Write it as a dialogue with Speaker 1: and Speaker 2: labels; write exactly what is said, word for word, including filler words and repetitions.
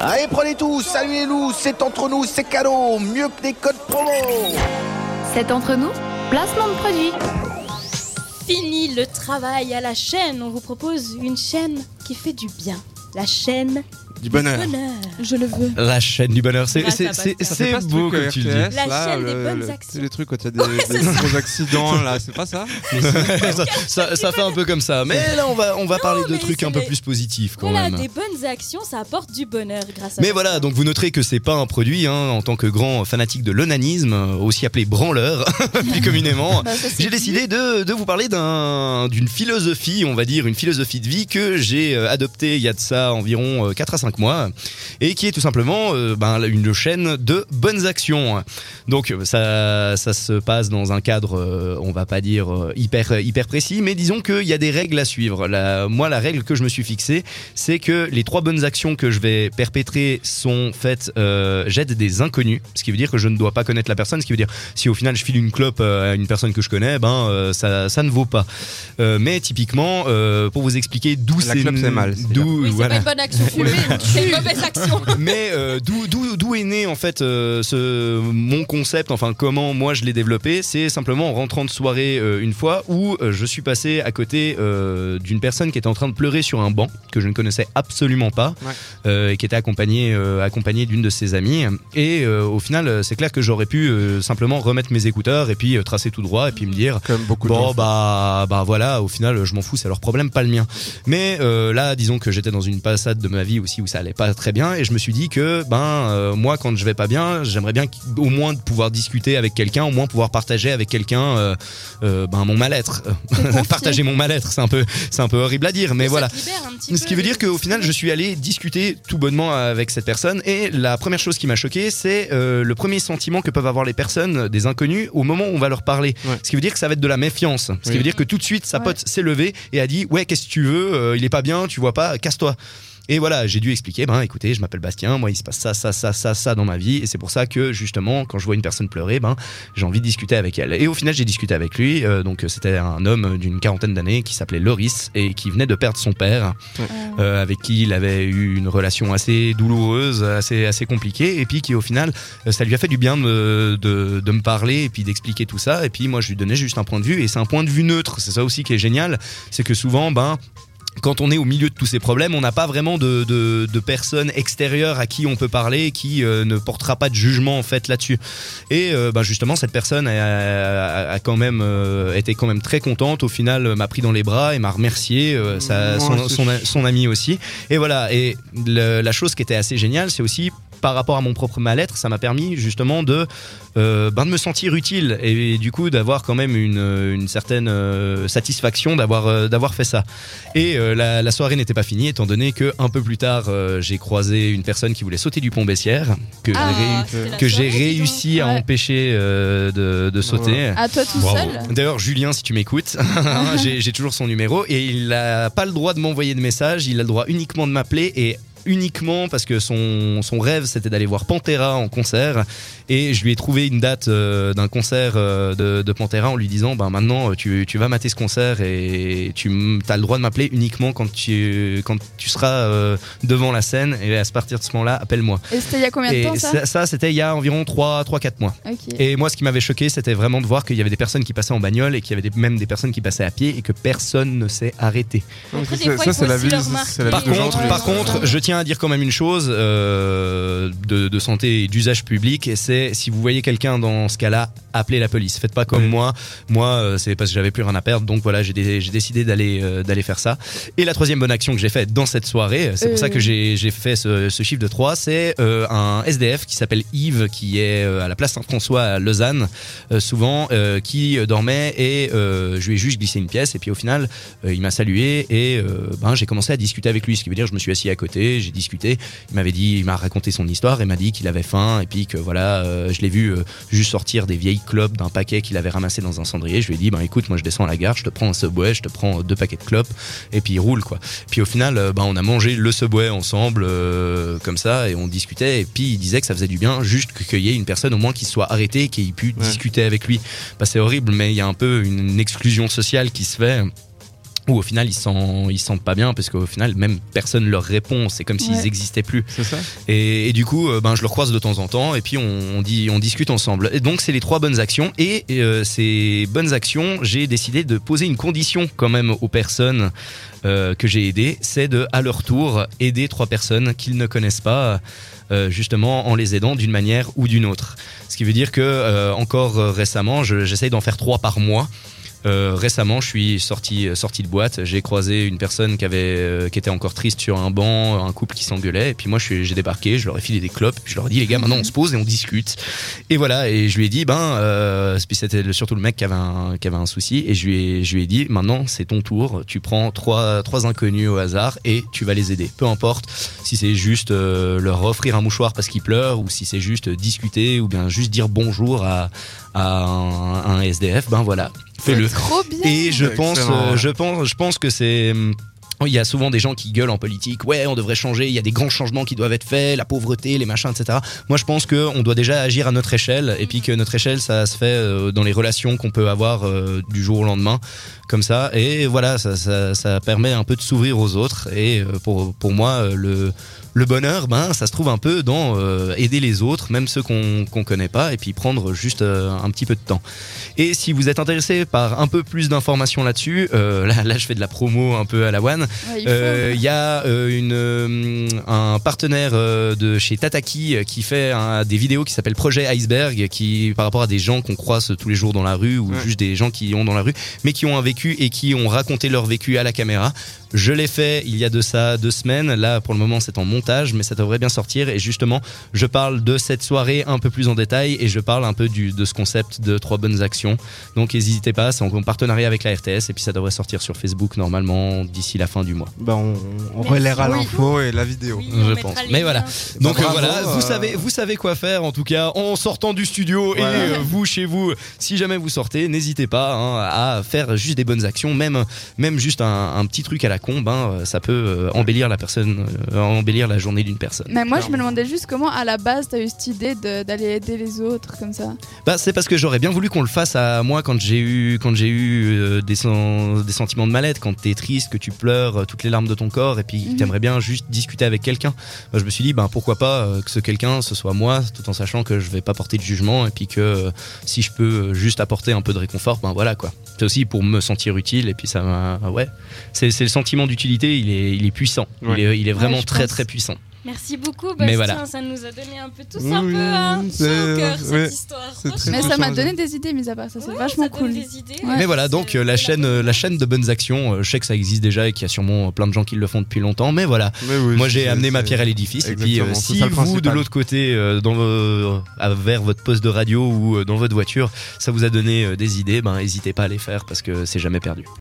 Speaker 1: Allez, prenez tout, saluez-nous, c'est entre nous, c'est cadeau, mieux que des codes promo.
Speaker 2: C'est entre nous, placement de produit.
Speaker 3: Fini le travail à la chaîne, on vous propose une chaîne qui fait du bien. La chaîne
Speaker 4: du bonheur.
Speaker 3: Du bonheur.
Speaker 5: Je le veux.
Speaker 6: La chaîne du bonheur, c'est,
Speaker 3: Ah,
Speaker 6: c'est,
Speaker 3: ça
Speaker 6: c'est,
Speaker 3: passe,
Speaker 6: c'est,
Speaker 4: ça.
Speaker 6: c'est beau comme tu le dis.
Speaker 3: La
Speaker 4: là,
Speaker 3: chaîne
Speaker 4: le,
Speaker 3: des bonnes
Speaker 4: le,
Speaker 3: actions.
Speaker 4: C'est les trucs où t'as des, des gros accidents, là, c'est pas ça
Speaker 6: ça, ça, ça fait un peu comme ça. Mais là, on va, on va
Speaker 3: Non,
Speaker 6: parler de
Speaker 3: mais
Speaker 6: trucs
Speaker 3: c'est
Speaker 6: un peu
Speaker 3: des-
Speaker 6: plus positifs quand
Speaker 3: Voilà,
Speaker 6: même.
Speaker 3: des bonnes actions, ça apporte du bonheur grâce à
Speaker 6: Mais
Speaker 3: ça.
Speaker 6: voilà, donc vous noterez que c'est pas un produit, hein, en tant que grand fanatique de l'onanisme, aussi appelé branleur, plus communément.
Speaker 5: Bah, ça, c'est
Speaker 6: J'ai décidé de, de vous parler d'un, d'une philosophie, on va dire, une philosophie de vie que j'ai euh, adoptée il y a de ça environ euh, quatre à cinq mois, et qui est tout simplement euh, ben, une chaîne de bonnes actions. Donc ça, ça se passe dans un cadre, euh, on va pas dire euh, hyper, hyper précis, mais disons qu'il y a des règles à suivre. La, moi, la règle que je me suis fixée, c'est que les trois bonnes actions que je vais perpétrer sont faites, euh, j'aide des inconnus, ce qui veut dire que je ne dois pas connaître la personne, ce qui veut dire si au final je file une clope à une personne que je connais, ben euh, ça, ça ne vaut pas. Euh, mais typiquement, euh, pour vous expliquer d'où
Speaker 4: La
Speaker 6: c'est,
Speaker 4: clope, c'est mal, c'est
Speaker 6: d'où,
Speaker 3: Oui, c'est
Speaker 6: voilà.
Speaker 3: pas une bonne action fumée, c'est une mauvaise action.
Speaker 6: Mais euh, d'où, d'où, d'où est né en fait euh, ce, mon concept, enfin comment moi je l'ai développé, c'est simplement en rentrant de soirée euh, une fois où euh, je suis passé à côté euh, d'une personne qui était en train de pleurer sur un banc que je ne connaissais absolument pas,
Speaker 4: Ouais.
Speaker 6: euh, et qui était accompagnée, euh, accompagnée d'une de ses amies. Et euh, au final, euh, c'est clair que j'aurais pu euh, simplement remettre mes écouteurs et puis euh, tracer tout droit et puis me dire
Speaker 4: Comme beaucoup de
Speaker 6: bon
Speaker 4: gens.
Speaker 6: bah bah voilà, au final je m'en fous, c'est leur problème, pas le mien. Mais euh, là, disons que j'étais dans une passade de ma vie aussi où ça allait pas très bien et je me suis dit que ben euh, moi quand je vais pas bien, j'aimerais bien au moins pouvoir discuter avec quelqu'un, au moins pouvoir partager avec quelqu'un euh, euh, ben mon mal-être, partager mon mal-être, c'est un peu c'est un peu horrible à dire, mais
Speaker 3: Ça
Speaker 6: voilà.
Speaker 3: te libère un petit
Speaker 6: Ce
Speaker 3: peu
Speaker 6: qui veut
Speaker 3: de-
Speaker 6: dire qu'au final, je suis allé discuter tout bonnement avec cette personne et la première chose qui m'a choqué, c'est euh, le premier sentiment que peuvent avoir les personnes, des inconnus, au moment où on va leur parler.
Speaker 4: Ouais.
Speaker 6: Ce qui veut dire que ça va être de la méfiance. Ce qui
Speaker 4: Oui.
Speaker 6: veut dire que tout de suite, sa
Speaker 5: Ouais.
Speaker 6: pote s'est levée et a dit « Ouais, qu'est-ce que tu veux euh, Il est pas bien, tu vois pas, casse-toi ». Et voilà, j'ai dû expliquer, ben écoutez, je m'appelle Bastien, moi il se passe ça, ça, ça, ça, ça dans ma vie, et c'est pour ça que justement, quand je vois une personne pleurer, ben j'ai envie de discuter avec elle. Et au final, j'ai discuté avec lui, euh, donc c'était un homme d'une quarantaine d'années qui s'appelait Loris et qui venait de perdre son père, euh, avec qui il avait eu une relation assez douloureuse, assez, assez compliquée, et puis qui au final, euh, ça lui a fait du bien de, de, de me parler et puis d'expliquer tout ça, et puis moi je lui donnais juste un point de vue, et c'est un point de vue neutre, c'est ça aussi qui est génial, c'est que souvent, ben quand on est au milieu de tous ces problèmes, on n'a pas vraiment de, de, de personnes extérieures à qui on peut parler, qui euh, ne portera pas de jugement en fait là-dessus. Et euh, ben justement, cette personne a, a, a quand même euh, été quand même très contente. Au final, m'a pris dans les bras et m'a remercié, euh, sa, son,
Speaker 4: Moi,
Speaker 6: son, son ami aussi. Et voilà. Et le, la chose qui était assez géniale, c'est aussi par rapport à mon propre mal-être, ça m'a permis justement de, euh, ben de me sentir utile et, et du coup d'avoir quand même une, une certaine euh, satisfaction d'avoir, euh, d'avoir fait ça. Et euh, la, la soirée n'était pas finie étant donné que un peu plus tard euh, j'ai croisé une personne qui voulait sauter du pont Bessières que
Speaker 3: Ah,
Speaker 6: j'ai, réu-
Speaker 3: c'était la
Speaker 6: que j'ai
Speaker 3: soirée, dis donc.
Speaker 6: réussi à
Speaker 5: Ouais.
Speaker 6: empêcher euh, de, de sauter.
Speaker 5: À toi tout
Speaker 6: Bravo.
Speaker 5: seul.
Speaker 6: D'ailleurs, Julien, si tu m'écoutes, j'ai, j'ai toujours son numéro et il n'a pas le droit de m'envoyer de message, il a le droit uniquement de m'appeler et uniquement parce que son, son rêve c'était d'aller voir Pantera en concert et je lui ai trouvé une date euh, d'un concert euh, de, de Pantera en lui disant ben maintenant tu, tu vas mater ce concert et tu as le droit de m'appeler uniquement quand tu, quand tu seras euh, devant la scène et à partir de ce moment là appelle-moi.
Speaker 5: Et c'était il y a combien de
Speaker 6: Et
Speaker 5: temps ça,
Speaker 6: ça, ça, c'était il y a environ trois quatre mois.
Speaker 5: Ok.
Speaker 6: Et moi, ce qui m'avait choqué, c'était vraiment de voir qu'il y avait des personnes qui passaient en bagnole et qu'il y avait des- même des personnes qui passaient à pied et que personne ne s'est arrêté.
Speaker 3: Après,
Speaker 4: Ça,
Speaker 3: des fois,
Speaker 4: ça,
Speaker 3: il
Speaker 4: c'est
Speaker 3: faut
Speaker 4: la
Speaker 3: aussi
Speaker 4: vie-
Speaker 3: leur
Speaker 4: c'est
Speaker 3: marquer.
Speaker 4: la
Speaker 6: Par
Speaker 4: vie de gens
Speaker 6: contre,
Speaker 4: tous les
Speaker 6: par
Speaker 4: jours.
Speaker 6: contre, je tiens à dire quand même une chose euh, de, de santé et d'usage public, et c'est si vous voyez quelqu'un dans ce cas-là, appelez la police. Faites pas comme
Speaker 4: Oui.
Speaker 6: moi. Moi, euh, c'est parce que j'avais plus rien à perdre, donc voilà, j'ai, dé- j'ai décidé d'aller euh, d'aller faire ça. Et la troisième bonne action que j'ai faite dans cette soirée, c'est pour
Speaker 5: Euh.
Speaker 6: ça que j'ai, j'ai fait ce, ce chiffre de trois, c'est euh, un S D F qui s'appelle Yves, qui est euh, à la place Saint-François à Lausanne, euh, souvent, euh, qui euh, dormait et euh, je lui ai juste glissé une pièce et puis au final, euh, il m'a salué et euh, ben j'ai commencé à discuter avec lui, ce qui veut dire je me suis assis à côté, j'ai discuté, il m'avait dit, il m'a raconté son histoire et m'a dit qu'il avait faim et puis que voilà, euh, je l'ai vu euh, juste sortir des vieilles clopes d'un paquet qu'il avait ramassé dans un cendrier. Je lui ai dit ben écoute, moi je descends à la gare, je te prends un Subway, je te prends deux paquets de clopes et puis il roule quoi. Puis au final, euh, ben on a mangé le Subway ensemble euh, comme ça et on discutait et puis il disait que ça faisait du bien juste qu'il y ait une personne au moins qui soit arrêtée, qui ait pu
Speaker 4: Ouais.
Speaker 6: discuter avec lui. Bah, c'est horrible, mais il y a un peu une exclusion sociale qui se fait. où au final ils se sentent, ils se sentent pas bien parce qu'au final même personne leur répond, c'est comme s'ils
Speaker 5: Ouais.
Speaker 6: existaient plus.
Speaker 4: C'est ça.
Speaker 6: Et, et du coup, euh, ben, je le croise de temps en temps et puis on, on, dit, on discute ensemble. Et donc, c'est les trois bonnes actions. Et euh, ces bonnes actions, j'ai décidé de poser une condition quand même aux personnes euh, que j'ai aidées. C'est de, à leur tour, aider trois personnes qu'ils ne connaissent pas, euh, justement en les aidant d'une manière ou d'une autre. Ce qui veut dire que, euh, encore euh, récemment, je, j'essaye d'en faire trois par mois. Euh, récemment, je suis sorti sorti de boîte. J'ai croisé une personne qui avait euh, qui était encore triste sur un banc, un couple qui s'engueulait. Et puis moi, je suis, j'ai débarqué, je leur ai filé des clopes. Puis je leur ai dit les gars, maintenant on se pose et on discute. Et voilà. Et je lui ai dit ben, euh, puis c'était le- surtout le mec qui avait un qui avait un souci. Et je lui ai je lui ai dit maintenant c'est ton tour. Tu prends trois trois inconnus au hasard et tu vas les aider. Peu importe si c'est juste euh, leur offrir un mouchoir parce qu'ils pleurent ou si c'est juste discuter ou bien juste dire bonjour à à un, un S D F. Ben voilà, fais-le.
Speaker 5: Trop bien.
Speaker 6: Et je
Speaker 4: Excellent,
Speaker 6: pense,
Speaker 4: ouais.
Speaker 6: euh, je pense, je pense que c'est. hum, Il y a souvent des gens qui gueulent en politique. Ouais, on devrait changer. Il y a des grands changements qui doivent être faits, la pauvreté, les machins, et cetera. Moi, je pense que on doit déjà agir à notre échelle, et puis que notre échelle, ça se fait euh, dans les relations qu'on peut avoir euh, du jour au lendemain, comme ça. Et voilà, ça, ça, ça permet un peu de s'ouvrir aux autres. Et euh, pour pour moi, euh, le le bonheur, ben, ça se trouve un peu dans euh, aider les autres, même ceux qu'on qu'on connaît pas, et puis prendre juste euh, un petit peu de temps. Et si vous êtes intéressé par un peu plus d'informations là-dessus, euh, là, là, je fais de la promo un peu à la one.
Speaker 5: Ouais, il faut.
Speaker 6: Euh, Il y a euh, une, euh, un partenaire euh, de chez Tataki euh, qui fait un- des vidéos qui s'appelle Projet Iceberg, qui par rapport à des gens qu'on croise tous les jours dans la rue ou
Speaker 4: Ouais.
Speaker 6: juste des gens qui ont dans la rue, mais qui ont un vécu et qui ont raconté leur vécu à la caméra. Je l'ai fait il y a de ça deux semaines. Là, pour le moment, c'est en montage, mais ça devrait bien sortir. Et justement, je parle de cette soirée un peu plus en détail et je parle un peu du, de ce concept de trois bonnes actions. Donc, n'hésitez pas, c'est en partenariat avec la R T S et puis ça devrait sortir sur Facebook normalement d'ici la fin du mois.
Speaker 4: Bah, on, on
Speaker 3: Merci.
Speaker 4: relaiera
Speaker 3: Oui.
Speaker 4: l'info et la vidéo.
Speaker 3: Oui,
Speaker 6: Je
Speaker 3: on mettra
Speaker 6: pense.
Speaker 3: les
Speaker 6: Mais
Speaker 3: liens.
Speaker 6: voilà. Donc euh,
Speaker 4: Bravo,
Speaker 6: voilà,
Speaker 4: euh,
Speaker 6: vous savez, vous savez quoi faire en tout cas en sortant du studio.
Speaker 4: Voilà.
Speaker 6: Et euh, vous chez vous, si jamais vous sortez, n'hésitez pas hein, à faire juste des bonnes actions, même même juste un, un petit truc à la con, ben ça peut euh, embellir la personne, euh, embellir la journée d'une personne.
Speaker 5: Mais moi, je me demandais juste comment, à la base, t'as eu cette idée de- d'aller aider les autres comme ça.
Speaker 6: Bah c'est parce que j'aurais bien voulu qu'on le fasse à moi quand j'ai eu quand j'ai eu euh, des sen- des sentiments de mal-être, quand t'es triste, que tu pleures euh, toutes les larmes de ton corps et puis que
Speaker 5: Mhm.
Speaker 6: t'aimerais bien juste discuter avec quelqu'un. Bah, je me suis dit ben pourquoi pas euh, que ce quelqu'un ce soit moi, tout en sachant que je vais pas porter de jugement et puis que euh, si je peux euh, juste apporter un peu de réconfort, ben voilà quoi. C'est aussi pour me sentir utile et puis ça m'a ouais. C'est c'est le sentiment d'utilité, il est il est puissant. Il
Speaker 4: Ouais.
Speaker 6: est il est vraiment
Speaker 5: Ouais, je
Speaker 6: très
Speaker 5: pense.
Speaker 6: très puissant.
Speaker 3: Merci beaucoup,
Speaker 6: Mais
Speaker 3: Bastien.
Speaker 6: voilà.
Speaker 3: Ça nous a donné un peu tous
Speaker 4: Oui,
Speaker 3: un peu
Speaker 4: oui,
Speaker 3: hein, chaud
Speaker 4: c'est-
Speaker 3: au cœur, cette
Speaker 4: ouais.
Speaker 3: histoire.
Speaker 4: C'est
Speaker 3: Trop
Speaker 4: très
Speaker 5: Mais
Speaker 3: chouette.
Speaker 5: ça m'a
Speaker 4: changé.
Speaker 5: donné des idées, mis à part ça, c'est
Speaker 3: Ouais,
Speaker 5: vachement
Speaker 3: ça donne
Speaker 5: cool.
Speaker 3: des idées.
Speaker 5: Ouais.
Speaker 6: Mais voilà, donc
Speaker 3: C'est-
Speaker 6: euh, la
Speaker 3: c'est
Speaker 6: chaîne, euh, la chaîne de bonnes actions, euh, je sais que ça existe déjà et qu'il y a sûrement euh, plein de gens qui le font depuis longtemps, mais voilà.
Speaker 4: Mais oui,
Speaker 6: Moi j'ai
Speaker 4: c'est-
Speaker 6: amené ma
Speaker 4: c'est-
Speaker 6: pierre à l'édifice et puis euh,
Speaker 4: Exactement, c'est
Speaker 6: si
Speaker 4: ça le
Speaker 6: vous de
Speaker 4: principal.
Speaker 6: l'autre côté, euh, dans vos- à- vers votre poste de radio ou euh, dans votre voiture, ça vous a donné euh, des idées, ben n'hésitez pas à les faire parce que c'est jamais perdu.